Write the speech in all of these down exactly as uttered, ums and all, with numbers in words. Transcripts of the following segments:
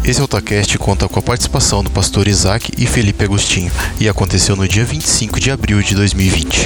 Esse AltaCast conta com a participação do pastor Isaac e Felipe Agostinho e aconteceu no dia vinte e cinco de abril de dois mil e vinte.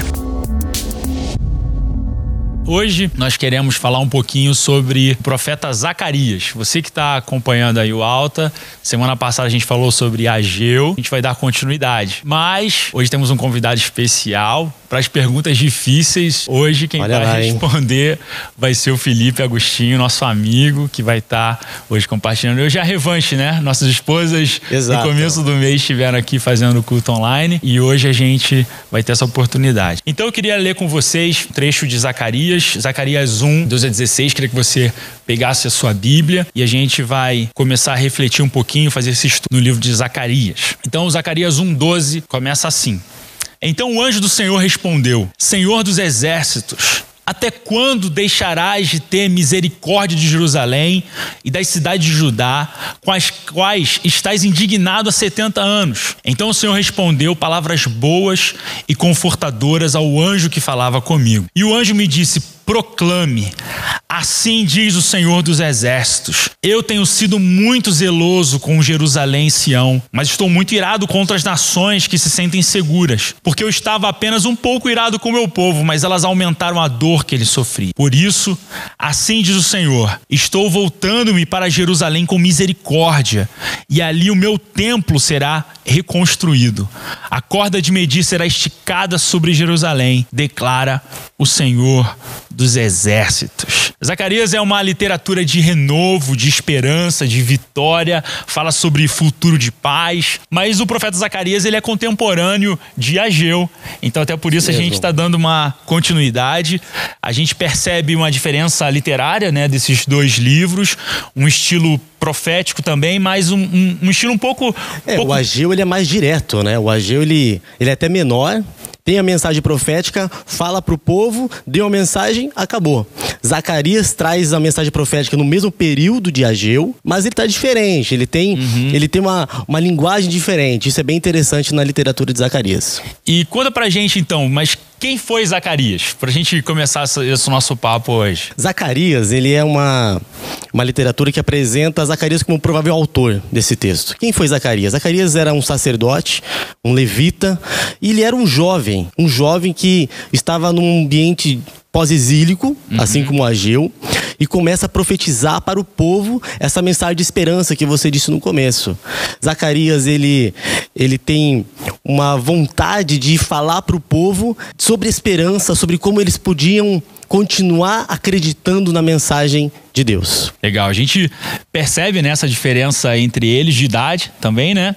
Hoje nós queremos falar um pouquinho sobre o profeta Zacarias. Você que está acompanhando aí o Alta, semana passada a gente falou sobre Ageu, a gente vai dar continuidade. Mas hoje temos um convidado especial para as perguntas difíceis. Hoje quem Olha vai lá, responder hein? vai ser o Felipe Agostinho, nosso amigo, que vai estar tá hoje compartilhando. Hoje é a revanche, né? Nossas esposas Exato. No começo do mês estiveram aqui fazendo o culto online e hoje a gente vai ter essa oportunidade. Então eu queria ler com vocês um trecho de Zacarias. Zacarias um, doze a dezesseis, queria que você pegasse a sua Bíblia e a gente vai começar a refletir um pouquinho, fazer esse estudo no livro de Zacarias. Então, Zacarias um, doze começa assim. Então o anjo do Senhor respondeu: Senhor dos exércitos, até quando deixarás de ter misericórdia de Jerusalém e das cidades de Judá, com as quais estás indignado há setenta anos? Então o Senhor respondeu palavras boas e confortadoras ao anjo que falava comigo. E o anjo me disse: proclame, assim diz o Senhor dos exércitos, eu tenho sido muito zeloso com Jerusalém e Sião, mas estou muito irado contra as nações que se sentem seguras, porque eu estava apenas um pouco irado com o meu povo, mas elas aumentaram a dor que ele sofria. Por isso, assim diz o Senhor, estou voltando-me para Jerusalém com misericórdia, e ali o meu templo será reconstruído. A corda de medir será esticada sobre Jerusalém, declara o Senhor dos exércitos. Zacarias é uma literatura de renovo, de esperança, de vitória, fala sobre futuro de paz, mas o profeta Zacarias ele é contemporâneo de Ageu, então até por isso a gente está dando uma continuidade. A gente percebe uma diferença literária, né, desses dois livros, um estilo profético também, mas um, um, um estilo um pouco... É, pouco... o Ageu ele é mais direto, né? O Ageu ele, ele é até menor, tem a mensagem profética, fala para o povo, deu a mensagem, acabou. Zacarias traz a mensagem profética no mesmo período de Ageu, mas ele está diferente, ele tem, uhum. ele tem uma, uma linguagem diferente. Isso é bem interessante na literatura de Zacarias. E conta pra gente então, mas quem foi Zacarias? Pra gente começar esse nosso papo hoje. Zacarias, ele é uma, uma literatura que apresenta Zacarias como o provável autor desse texto. Quem foi Zacarias? Zacarias era um sacerdote, um levita, e ele era um jovem, um jovem que estava num ambiente pós-exílico, uhum. assim como Ageu, e começa a profetizar para o povo essa mensagem de esperança que você disse no começo. Zacarias, ele, ele tem uma vontade de falar para o povo sobre esperança, sobre como eles podiam continuar acreditando na mensagem de Deus. Legal, a gente percebe, né, essa diferença entre eles de idade também, né?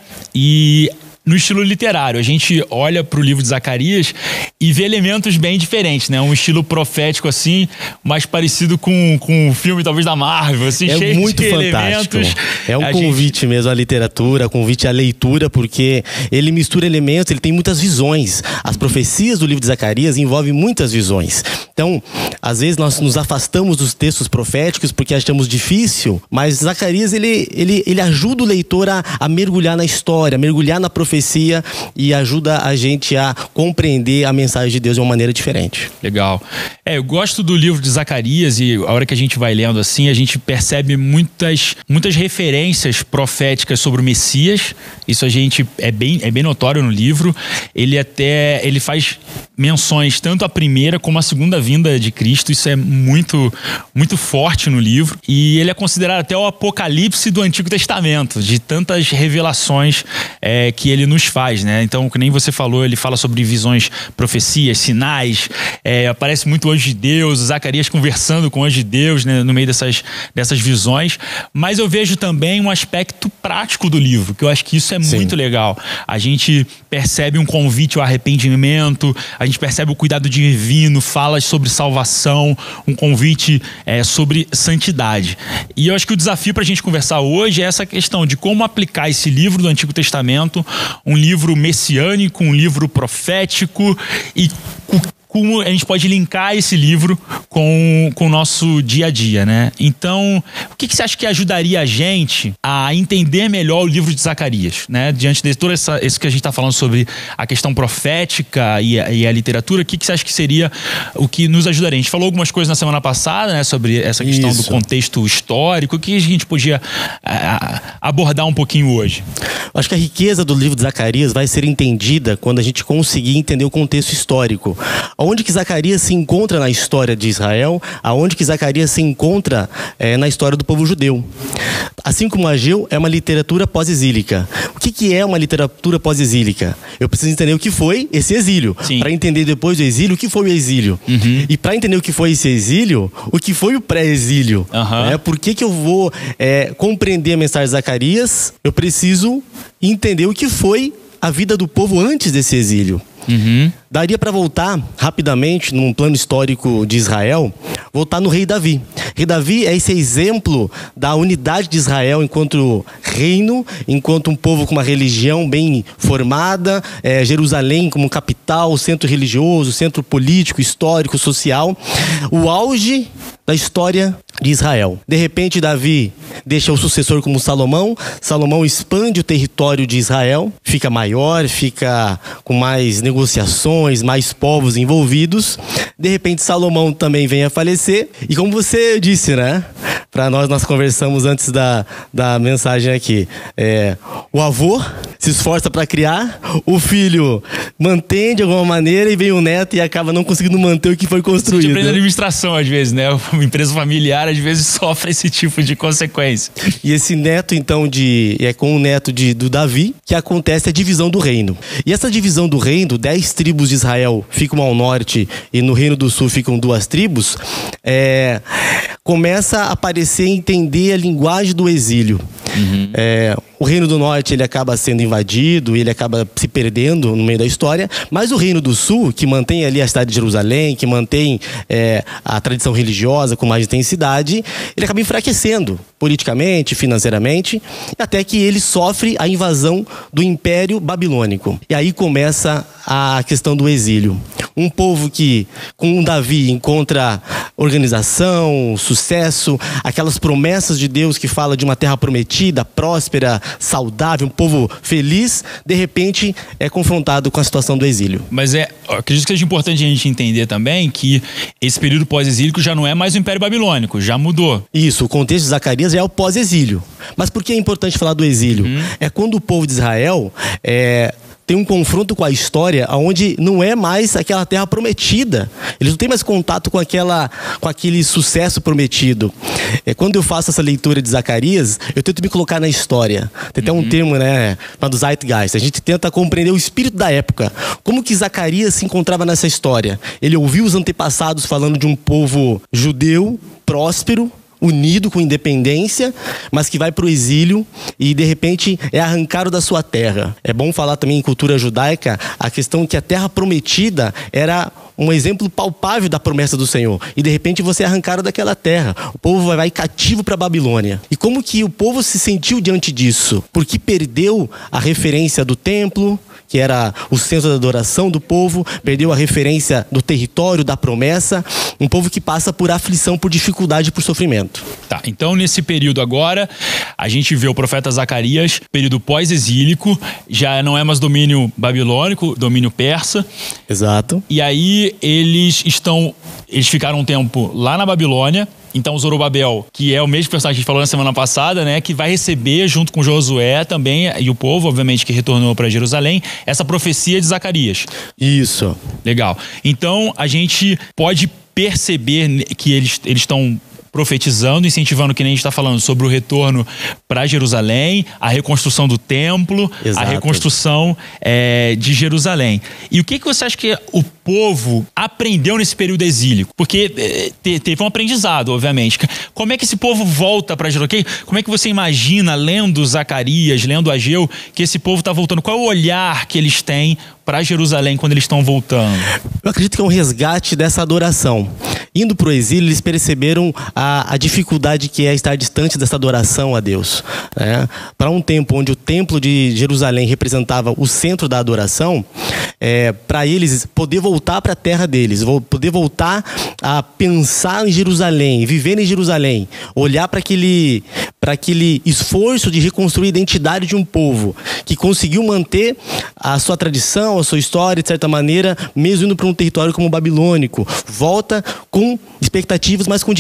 E no estilo literário, a gente olha para o livro de Zacarias e vê elementos bem diferentes, né? Um estilo profético assim, mais parecido com, com o filme talvez da Marvel, assim, é cheio muito de fantástico. elementos. É um a convite gente... mesmo à literatura, convite à leitura, porque ele mistura elementos, ele tem muitas visões. As profecias do livro de Zacarias envolvem muitas visões. Então, às vezes nós nos afastamos dos textos proféticos porque achamos difícil, mas Zacarias ele, ele, ele ajuda o leitor a, a mergulhar na história, a mergulhar na profecia e ajuda a gente a compreender a mensagem de Deus de uma maneira diferente. Legal. É, eu gosto do livro de Zacarias e a hora que a gente vai lendo assim, a gente percebe muitas, muitas referências proféticas sobre o Messias. Isso a gente é bem, é bem notório no livro. Ele até ele faz menções tanto à primeira como à segunda vinda de Cristo. Isso é muito, muito forte no livro. E ele é considerado até o apocalipse do Antigo Testamento, de tantas revelações é, que ele nos faz, né? Então, que nem você falou, ele fala sobre visões, profecias, sinais, é, aparece muito o anjo de Deus, Zacarias conversando com o anjo de Deus, né, no meio dessas, dessas visões, mas eu vejo também um aspecto prático do livro, que eu acho que isso é Sim. muito legal. A gente percebe um convite ao arrependimento, a gente percebe o cuidado divino, fala sobre salvação, um convite é, sobre santidade. E eu acho que o desafio para a gente conversar hoje é essa questão de como aplicar esse livro do Antigo Testamento, um livro messiânico, um livro profético, e como a gente pode linkar esse livro com, com o nosso dia a dia, né? Então, o que, que você acha que ajudaria a gente a entender melhor o livro de Zacarias, né? Diante de todo essa, isso que a gente está falando sobre a questão profética e a, e a literatura, o que, que você acha que seria o que nos ajudaria? A gente falou algumas coisas na semana passada, né? Sobre essa questão Isso. do contexto histórico, o que a gente podia a, abordar um pouquinho hoje? Acho que a riqueza do livro de Zacarias vai ser entendida quando a gente conseguir entender o contexto histórico. Aonde que Zacarias se encontra na história de Israel, aonde que Zacarias se encontra é, na história do povo judeu. Assim como Ageu, é uma literatura pós-exílica. O que, que é uma literatura pós-exílica? Eu preciso entender o que foi esse exílio. Para entender depois do exílio, o que foi o exílio. Uhum. E para entender o que foi esse exílio, o que foi o pré-exílio. Uhum. É, por que, que eu vou é, compreender a mensagem de Zacarias? Eu preciso entender o que foi a vida do povo antes desse exílio. Uhum. Daria para voltar rapidamente num plano histórico de Israel, voltar no rei Davi. Rei Davi é esse exemplo da unidade de Israel enquanto reino, enquanto um povo com uma religião bem formada, é, Jerusalém como capital, centro religioso, centro político, histórico, social, o auge da história de Israel. De repente, Davi deixa o sucessor como Salomão. Salomão expande o território de Israel, fica maior, fica com mais negociações, mais povos envolvidos. De repente, Salomão também vem a falecer. E como você disse, né? Para nós, nós conversamos antes da, da mensagem aqui. É, o avô se esforça para criar, o filho mantém de alguma maneira e vem o neto e acaba não conseguindo manter o que foi construído. A gente aprende administração às vezes, né? Uma empresa familiar às vezes sofre esse tipo de consequência. E esse neto, então, de é com o neto de, do Davi, que acontece a divisão do reino. E essa divisão do reino, dez tribos de Israel ficam ao norte e no reino do sul ficam duas tribos, é, começa a aparecer e entender a linguagem do exílio. Uhum. É, o reino do norte ele acaba sendo invadido, ele acaba se perdendo no meio da história, mas o reino do sul, que mantém ali a cidade de Jerusalém, que mantém é, a tradição religiosa com mais intensidade, ele acaba enfraquecendo politicamente, financeiramente, até que ele sofre a invasão do Império Babilônico. E aí começa a questão do exílio. Um povo que, com Davi, encontra organização, sucesso, aquelas promessas de Deus que fala de uma terra prometida, próspera, saudável, um povo feliz, de repente é confrontado com a situação do exílio. Mas é, acredito que seja importante a gente entender também que esse período pós-exílico já não é mais o Império Babilônico, já mudou. Isso, o contexto de Zacarias já é o pós-exílio. Mas por que é importante falar do exílio? Hum. É quando o povo de Israel é... tem um confronto com a história onde não é mais aquela terra prometida. Eles não têm mais contato com, aquela, com aquele sucesso prometido. É, quando eu faço essa leitura de Zacarias, eu tento me colocar na história. Tem até uhum. um termo, né, do Zeitgeist. A gente tenta compreender o espírito da época. Como que Zacarias se encontrava nessa história? Ele ouviu os antepassados falando de um povo judeu, próspero, unido, com independência, mas que vai para o exílio e de repente é arrancado da sua terra. É bom falar também em cultura judaica a questão que a terra prometida era um exemplo palpável da promessa do Senhor. E de repente você é arrancado daquela terra. O povo vai, vai cativo para a Babilônia. E como que o povo se sentiu diante disso? Porque perdeu a referência do templo, que era o centro da adoração do povo, perdeu a referência do território, da promessa. Um povo que passa por aflição, por dificuldade, por sofrimento. Tá, então nesse período agora, a gente vê o profeta Zacarias, período pós-exílico, já não é mais domínio babilônico, domínio persa. Exato. E aí eles estão, eles ficaram um tempo lá na Babilônia. Então Zorobabel, que é o mesmo personagem que a gente falou na semana passada, né, que vai receber junto com Josué também, e o povo, obviamente, que retornou para Jerusalém, essa profecia de Zacarias. Isso. Legal. Então a gente pode perceber que eles eles estão profetizando, incentivando, que nem a gente está falando, sobre o retorno para Jerusalém, a reconstrução do templo, Exato. a reconstrução é, de Jerusalém. E o que, que você acha que o povo aprendeu nesse período exílico? Porque é, teve um aprendizado, obviamente. Como é que esse povo volta para Jerusalém? Como é que você imagina, lendo Zacarias, lendo Ageu, que esse povo está voltando? Qual é o olhar que eles têm para Jerusalém quando eles estão voltando? Eu acredito que é um resgate dessa adoração. Indo para o exílio, eles perceberam a, a dificuldade que é estar distante dessa adoração a Deus. Né? Para um tempo onde o templo de Jerusalém representava o centro da adoração, é, para eles poder voltar para a terra deles, poder voltar a pensar em Jerusalém, viver em Jerusalém, olhar para aquele, para aquele esforço de reconstruir a identidade de um povo que conseguiu manter a sua tradição, a sua história, de certa maneira, mesmo indo para um território como o babilônico. Volta com expectativas, mas com dificuldades.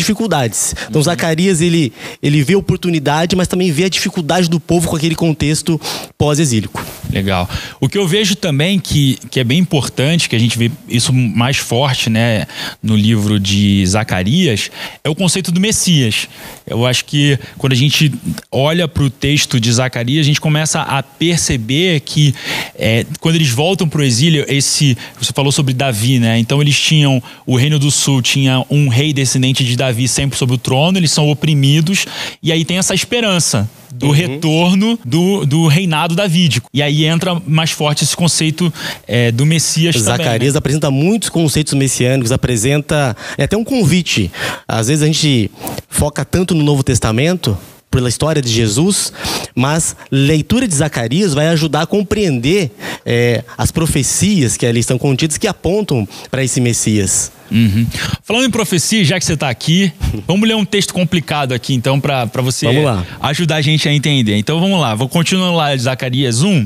dificuldades. Então, Zacarias, ele, ele vê a oportunidade, mas também vê a dificuldade do povo com aquele contexto pós-exílico. Legal. O que eu vejo também que, que é bem importante, que a gente vê isso mais forte, né, no livro de Zacarias, é o conceito do Messias. Eu acho que quando a gente olha para o texto de Zacarias, a gente começa a perceber que é, quando eles voltam para o exílio, esse, você falou sobre Davi, né? Então eles tinham, o Reino do Sul tinha um rei descendente de Davi sempre sobre o trono, eles são oprimidos, e aí tem essa esperança do uhum. retorno do, do reinado davídico. E aí entra mais forte esse conceito é, do Messias também. Zacarias, né, apresenta muitos conceitos messiânicos, apresenta é até um convite. Às vezes a gente foca tanto no Novo Testamento, pela história de Jesus, mas leitura de Zacarias vai ajudar a compreender é, as profecias que ali estão contidas, que apontam para esse Messias. Uhum. Falando em profecia, já que você está aqui, vamos ler um texto complicado aqui, então, para você ajudar a gente a entender. Então, vamos lá. Vou continuar lá de Zacarias um.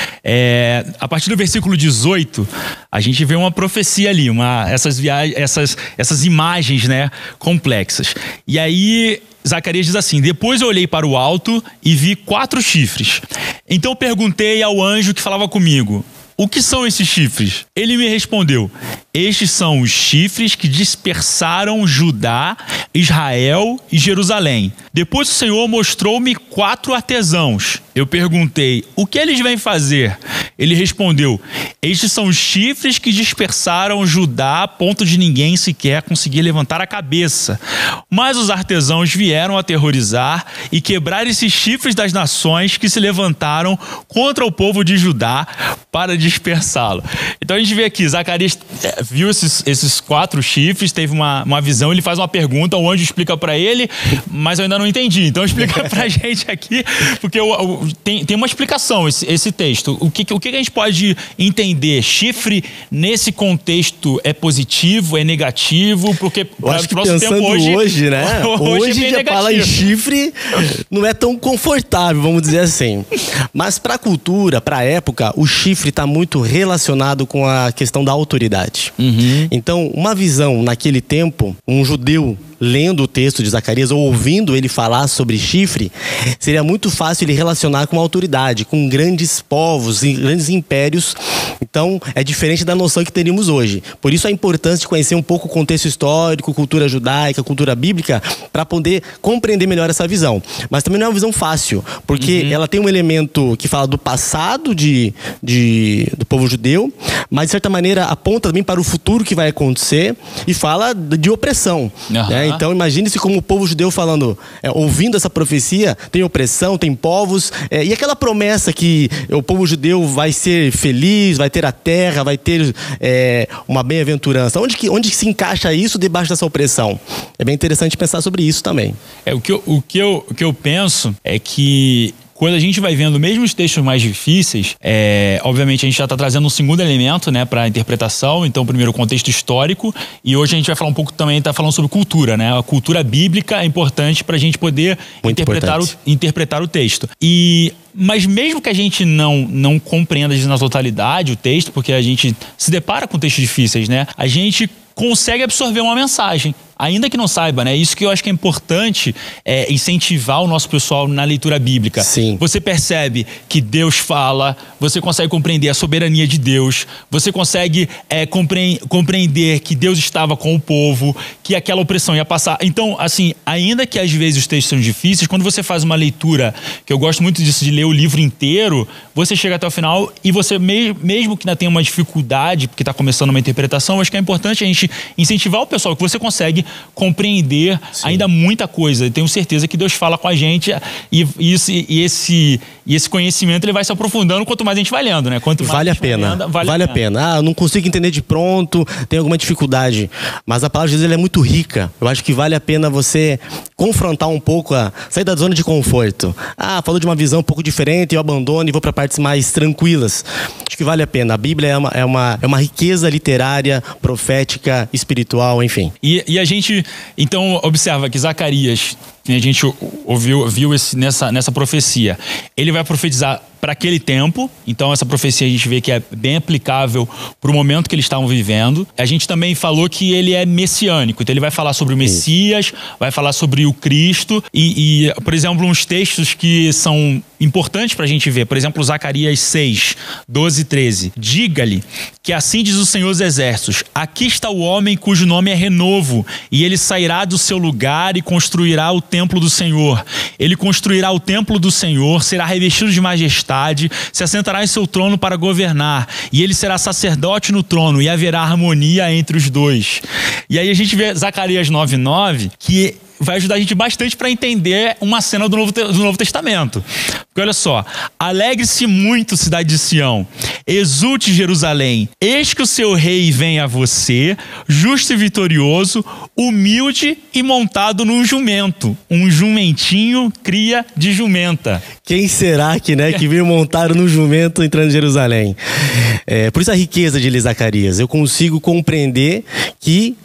É, a partir do versículo dezoito, a gente vê uma profecia ali, uma, essas, viagens, essas, essas imagens, né, complexas. E aí, Zacarias diz assim: depois eu olhei para o alto e vi quatro chifres. Então perguntei ao anjo que falava comigo: o que são esses chifres? Ele me respondeu: estes são os chifres que dispersaram Judá, Israel e Jerusalém. Depois o Senhor mostrou-me quatro artesãos. Eu perguntei: o que eles vêm fazer? Ele respondeu: estes são os chifres que dispersaram Judá a ponto de ninguém sequer conseguir levantar a cabeça. Mas os artesãos vieram aterrorizar e quebrar esses chifres das nações que se levantaram contra o povo de Judá para dispersá-lo. Então a gente vê aqui, Zacarias viu esses, esses quatro chifres, teve uma, uma visão, ele faz uma pergunta, o anjo explica para ele, mas eu ainda não entendi. Então explica pra gente aqui, porque eu, eu, tem, tem uma explicação esse, esse texto. O que, o que a gente pode entender? Chifre nesse contexto é positivo, é negativo? Porque eu acho que pensando tempo hoje, hoje, né? Hoje, hoje é já falar em chifre não é tão confortável, vamos dizer assim. Mas para a cultura, para a época, o chifre está muito relacionado com a questão da autoridade. Uhum. Então, uma visão naquele tempo, um judeu lendo o texto de Zacarias ou ouvindo ele falar sobre chifre, seria muito fácil ele relacionar com a autoridade, com grandes povos, grandes impérios. Então, é diferente da noção que teríamos hoje. Por isso a importância de conhecer um pouco o contexto histórico, cultura judaica, cultura bíblica, para poder compreender melhor essa visão. Mas também não é uma visão fácil, porque uhum. ela tem um elemento que fala do passado de, de, do povo judeu, mas de certa maneira aponta também para o futuro que vai acontecer e fala de opressão. Uhum. Né? Então imagine-se como o povo judeu falando, é, ouvindo essa profecia, tem opressão, tem povos, é, e aquela promessa que o povo judeu vai ser feliz, vai ter a terra, vai ter é, uma bem-aventurança. Onde que, onde que se encaixa isso debaixo dessa opressão? É bem interessante pensar sobre isso também. É, o, que eu, o, que eu, o que eu penso é que quando a gente vai vendo mesmo os textos mais difíceis, é, obviamente a gente já está trazendo um segundo elemento, né, para a interpretação. Então, primeiro o contexto histórico, e hoje a gente vai falar um pouco também, está falando sobre cultura, né? A cultura bíblica é importante para a gente poder interpretar o, interpretar o texto. E mas mesmo que a gente não, não compreenda na totalidade o texto, porque a gente se depara com textos difíceis, né? A gente consegue absorver uma mensagem, ainda que não saiba, né? Isso que eu acho que é importante, é incentivar o nosso pessoal na leitura bíblica. Sim. Você percebe que Deus fala, você consegue compreender a soberania de Deus, você consegue é, compre- compreender que Deus estava com o povo, que aquela opressão ia passar. Então, assim, ainda que às vezes os textos são difíceis, quando você faz uma leitura, que eu gosto muito disso, de ler o livro inteiro, você chega até o final e você, me- mesmo que ainda tenha uma dificuldade, porque está começando uma interpretação, acho que é importante a gente incentivar o pessoal, que você consegue compreender Sim. ainda muita coisa. Eu tenho certeza que Deus fala com a gente e, e, esse, e, esse, e esse conhecimento ele vai se aprofundando quanto mais a gente vai lendo, né? Quanto mais vale a pena. Lendo, vale, vale a pena. pena. Ah, eu não consigo entender de pronto, tem alguma dificuldade. Mas a palavra de Deus ela é muito rica. Eu acho que vale a pena você confrontar um pouco, a sair da zona de conforto. Ah, falou de uma visão um pouco diferente, eu abandono e vou para partes mais tranquilas. Acho que vale a pena. A Bíblia é uma, é uma, é uma riqueza literária, profética, espiritual, enfim. E, e a gente, então, observa que Zacarias que a gente ouviu, viu esse, nessa, nessa profecia, ele vai profetizar para aquele tempo, então essa profecia a gente vê que é bem aplicável para o momento que eles estavam vivendo. A gente também falou que ele é messiânico, então ele vai falar sobre o Messias, vai falar sobre o Cristo e, e por exemplo, uns textos que são importantes para a gente ver, por exemplo, Zacarias seis, doze e treze. Diga-lhe que assim diz o Senhor dos Exércitos, aqui está o homem cujo nome é Renovo, e ele sairá do seu lugar e construirá o templo do Senhor. Ele construirá o templo do Senhor, será revestido de majestade, se assentará em seu trono para governar, e ele será sacerdote no trono, e haverá harmonia entre os dois. E aí a gente vê Zacarias nove, nove, que vai ajudar a gente bastante para entender uma cena do Novo, do Novo Testamento. Porque olha só, alegre-se muito, cidade de Sião, exulte Jerusalém, eis que o seu rei vem a você, justo e vitorioso, humilde e montado num jumento, um jumentinho cria de jumenta. Quem será que, né, que veio montado no jumento entrando em Jerusalém? É, por isso a riqueza de Zacarias. Eu consigo compreender que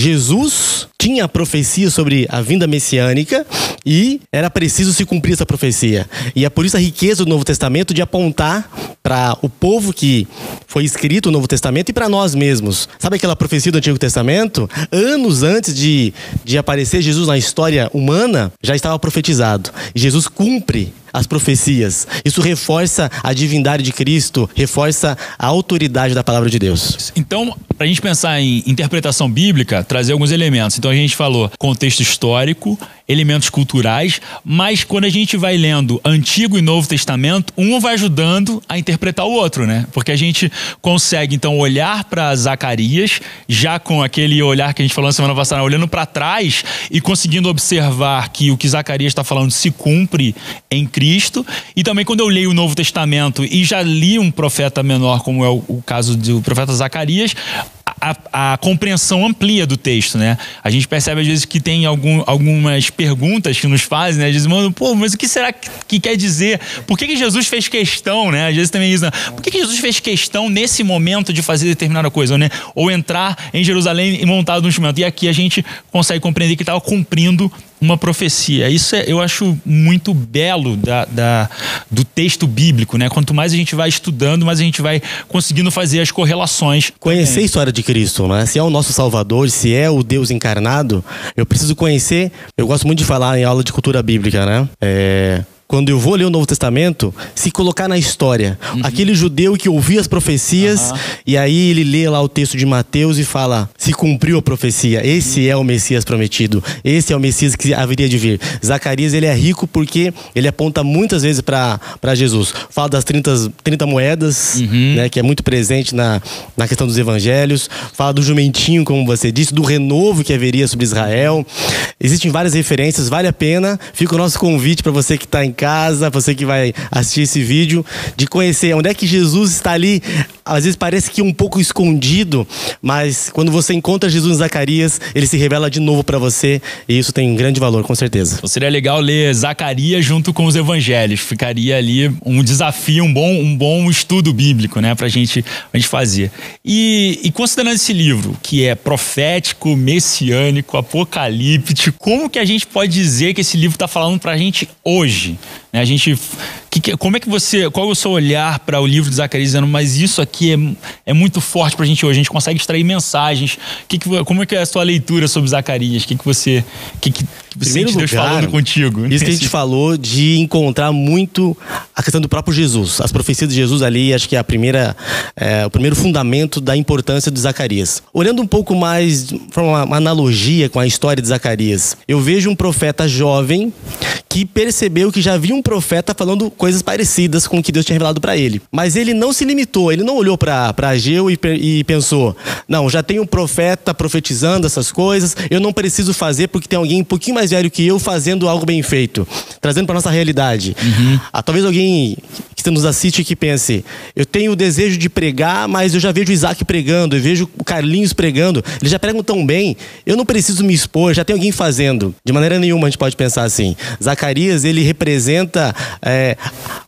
Jesus tinha a profecia sobre a vinda messiânica e era preciso se cumprir essa profecia. E é por isso a riqueza do Novo Testamento de apontar para o povo que foi escrito o Novo Testamento e para nós mesmos. Sabe aquela profecia do Antigo Testamento? Anos antes de, de aparecer Jesus na história humana, já estava profetizado. E Jesus cumpre as profecias. Isso reforça a divindade de Cristo, reforça a autoridade da palavra de Deus. Então, para a gente pensar em interpretação bíblica, trazer alguns elementos. Então a gente falou contexto histórico, elementos culturais, mas quando a gente vai lendo Antigo e Novo Testamento, um vai ajudando a interpretar o outro, né? Porque a gente consegue, então, olhar para Zacarias, já com aquele olhar que a gente falou na semana passada, olhando para trás e conseguindo observar que o que Zacarias está falando se cumpre em Cristo. E também quando eu leio o Novo Testamento e já li um profeta menor, como é o, o caso do profeta Zacarias, A, a compreensão amplia do texto, né? A gente percebe às vezes que tem algum, algumas perguntas que nos fazem, né? Às vezes mandam, pô, mas o que será que, que quer dizer? Por que, que Jesus fez questão, né? Às vezes também isso, né? Por que, que Jesus fez questão nesse momento de fazer determinada coisa, né? Ou entrar em Jerusalém e montado no instrumento. E aqui a gente consegue compreender que estava cumprindo uma profecia. Isso é, eu acho muito belo da, da, do texto bíblico, né? Quanto mais a gente vai estudando, mais a gente vai conseguindo fazer as correlações. Conhecer também. A história de Cristo, né? Se é o nosso Salvador, se é o Deus encarnado, eu preciso conhecer. Eu gosto muito de falar em aula de cultura bíblica, né? É... Quando eu vou ler o Novo Testamento, se colocar na história. Uhum. Aquele judeu que ouvia as profecias, uhum. e aí ele lê lá o texto de Mateus e fala, se cumpriu a profecia, esse uhum. é o Messias prometido, esse é o Messias que haveria de vir. Zacarias, ele é rico porque ele aponta muitas vezes para Jesus. Fala das trinta, trinta moedas, uhum. né, que é muito presente na, na questão dos evangelhos. Fala do jumentinho, como você disse, do renovo que haveria sobre Israel. Existem várias referências, vale a pena. Fica o nosso convite para você que está em casa, você que vai assistir esse vídeo, de conhecer onde é que Jesus está ali. Às vezes parece que um pouco escondido, mas quando você encontra Jesus em Zacarias, ele se revela de novo para você, e isso tem um grande valor, com certeza. Então seria legal ler Zacarias junto com os evangelhos, ficaria ali um desafio, um bom, um bom estudo bíblico, né, pra gente, pra gente fazer. E, e considerando esse livro, que é profético, messiânico, apocalíptico, como que a gente pode dizer que esse livro está falando pra gente hoje? A gente, que, como é que você, qual é o seu olhar para o livro de Zacarias dizendo, mas isso aqui é, é muito forte para a gente hoje, a gente consegue extrair mensagens. Que que, como é que é a sua leitura sobre Zacarias? O que, que você, que, que você sente Deus falando contigo? Isso que a gente falou de encontrar muito a questão do próprio Jesus. As profecias de Jesus ali, acho que é a primeira, é, o primeiro fundamento da importância de Zacarias. Olhando um pouco mais, para uma, uma analogia com a história de Zacarias, eu vejo um profeta jovem que percebeu que já havia um profeta falando coisas parecidas com o que Deus tinha revelado para ele. Mas ele não se limitou, ele não olhou para Ageu e, e pensou, não, já tem um profeta profetizando essas coisas, eu não preciso fazer porque tem alguém um pouquinho mais velho que eu fazendo algo bem feito, trazendo para nossa realidade. Uhum. Ah, talvez alguém que nos assiste que pense, eu tenho o desejo de pregar, mas eu já vejo o Isaac pregando, eu vejo o Carlinhos pregando, eles já pregam tão bem, eu não preciso me expor, já tem alguém fazendo. De maneira nenhuma a gente pode pensar assim. Zacarias, ele representa é,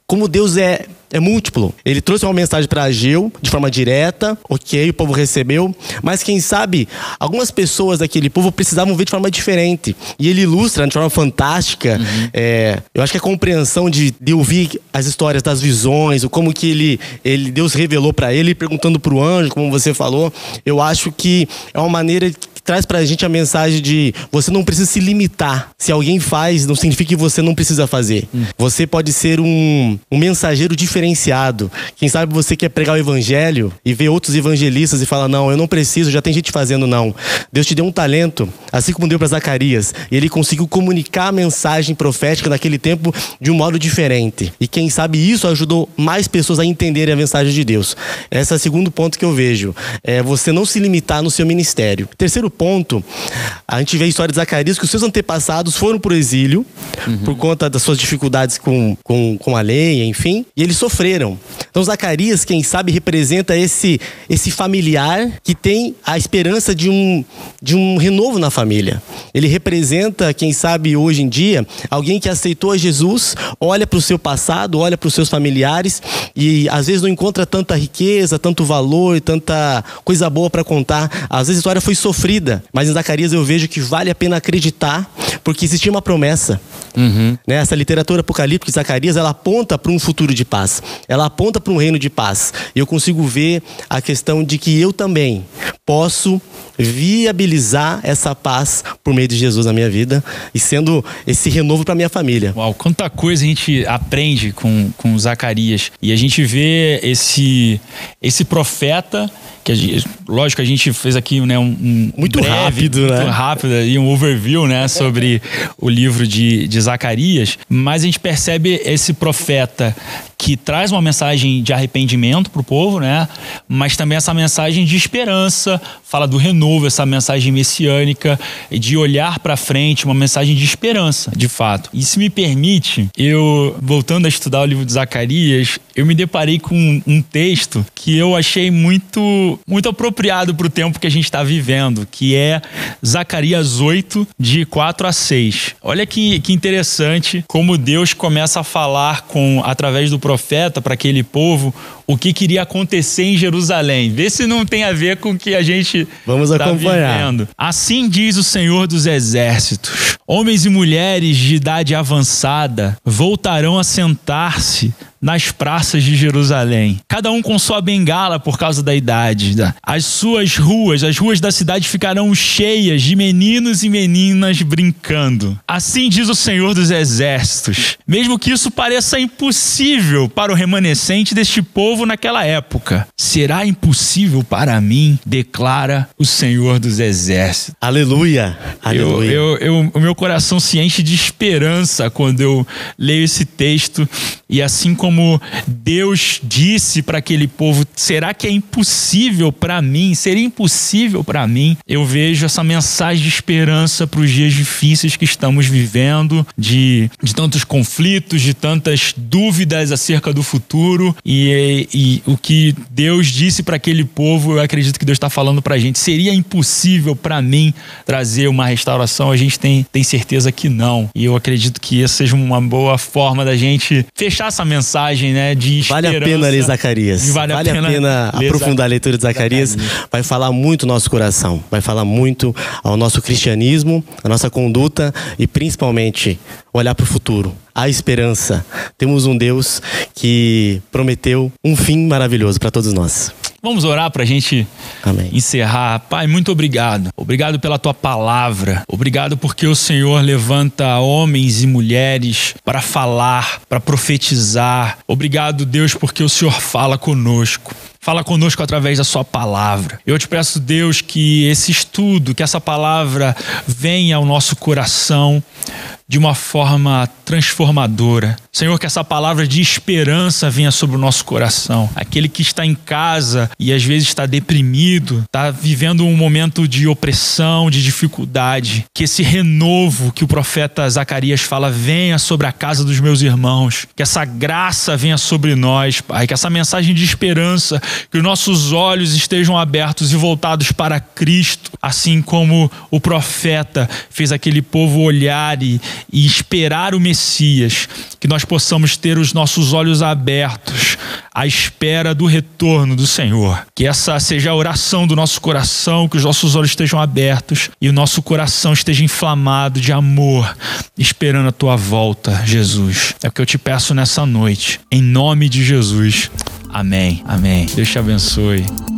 como Deus é É múltiplo. Ele trouxe uma mensagem para Ageu de forma direta, ok, o povo recebeu, mas quem sabe algumas pessoas daquele povo precisavam ver de forma diferente. E ele ilustra de forma fantástica. Uhum. É, eu acho que a compreensão de, de ouvir as histórias das visões, o como que ele, ele Deus revelou para ele, perguntando para o anjo, como você falou, eu acho que é uma maneira que traz pra gente a mensagem de você não precisa se limitar. Se alguém faz, não significa que você não precisa fazer. Hum. Você pode ser um, um mensageiro diferenciado. Quem sabe você quer pregar o evangelho e ver outros evangelistas e falar, não, eu não preciso, já tem gente fazendo, não. Deus te deu um talento, assim como deu para Zacarias. E ele conseguiu comunicar a mensagem profética naquele tempo de um modo diferente. E quem sabe isso ajudou mais pessoas a entenderem a mensagem de Deus. Esse é o segundo ponto que eu vejo. É você não se limitar no seu ministério. Terceiro ponto, a gente vê a história de Zacarias, que os seus antepassados foram para o exílio, uhum. por conta das suas dificuldades com, com, com a lei, enfim, e eles sofreram. Então Zacarias, quem sabe, representa esse, esse familiar que tem a esperança de um, de um renovo na família. Ele representa, quem sabe, hoje em dia, alguém que aceitou a Jesus, olha para o seu passado, olha para os seus familiares e às vezes não encontra tanta riqueza, tanto valor, tanta coisa boa para contar. Às vezes a história foi sofrida, mas em Zacarias eu vejo que vale a pena acreditar, porque existia uma promessa. Uhum. Né? Essa literatura apocalíptica de Zacarias, ela aponta para um futuro de paz. Ela aponta para um reino de paz. E eu consigo ver a questão de que eu também posso viabilizar essa paz por meio de Jesus na minha vida e sendo esse renovo para minha família. Uau, quanta coisa a gente aprende com, com Zacarias. E a gente vê esse, esse profeta que a gente, lógico, a gente fez aqui, né, um, um muito breve, rápido, muito né? rápido e um overview, né, sobre o livro de, de Zacarias, mas a gente percebe esse profeta que traz uma mensagem de arrependimento para o povo, né, mas também essa mensagem de esperança, fala do renovo, essa mensagem messiânica, de olhar para frente, uma mensagem de esperança, de fato. E se me permite, eu, voltando a estudar o livro de Zacarias, eu me deparei com um, um texto que eu achei muito, muito apropriado para o tempo que a gente está vivendo, que é Zacarias oito, de quatro a seis. Olha que, que interessante como Deus começa a falar com, através do profeta para aquele povo o que queria acontecer em Jerusalém. Vê se não tem a ver com o que a gente Vamos tá acompanhar. Vivendo. Assim diz o Senhor dos Exércitos: homens e mulheres de idade avançada voltarão a sentar-se nas praças de Jerusalém, cada um com sua bengala por causa da idade. As suas ruas, as ruas da cidade ficarão cheias de meninos e meninas brincando. Assim diz o Senhor dos Exércitos: mesmo que isso pareça impossível para o remanescente deste povo naquela época, será impossível para mim, declara o Senhor dos Exércitos. Aleluia! Aleluia! Eu, eu, eu, o meu coração se enche de esperança quando eu leio esse texto, e assim como Como Deus disse para aquele povo, será que é impossível para mim? Seria impossível para mim? Eu vejo essa mensagem de esperança para os dias difíceis que estamos vivendo, de, de tantos conflitos, de tantas dúvidas acerca do futuro. E, e o que Deus disse para aquele povo, eu acredito que Deus está falando para a gente. Seria impossível para mim trazer uma restauração? A gente tem, tem certeza que não. E eu acredito que essa seja uma boa forma da gente fechar essa mensagem, né, de esperança. Vale a pena ler Zacarias. Vale, vale a pena, pena aprofundar a leitura de Zacarias. Zacarias. Vai falar muito o nosso coração. Vai falar muito ao nosso cristianismo, a nossa conduta e principalmente olhar para o futuro. Há esperança. Temos um Deus que prometeu um fim maravilhoso para todos nós. Vamos orar para a gente Amém. encerrar. Pai, muito obrigado. Obrigado pela tua palavra. Obrigado porque o Senhor levanta homens e mulheres para falar, para profetizar. Obrigado, Deus, porque o Senhor fala conosco. Fala conosco através da sua palavra. Eu te peço, Deus, que esse estudo, que essa palavra venha ao nosso coração de uma forma transformadora. Senhor, que essa palavra de esperança venha sobre o nosso coração. Aquele que está em casa e às vezes está deprimido, está vivendo um momento de opressão, de dificuldade. Que esse renovo que o profeta Zacarias fala venha sobre a casa dos meus irmãos. Que essa graça venha sobre nós, Pai. Que essa mensagem de esperança que os nossos olhos estejam abertos e voltados para Cristo, assim como o profeta fez aquele povo olhar e, e esperar o Messias, que nós possamos ter os nossos olhos abertos à espera do retorno do Senhor. Que essa seja a oração do nosso coração, que os nossos olhos estejam abertos e o nosso coração esteja inflamado de amor, esperando a tua volta, Jesus. É o que eu te peço nessa noite, em nome de Jesus. Amém, amém. Deus te abençoe.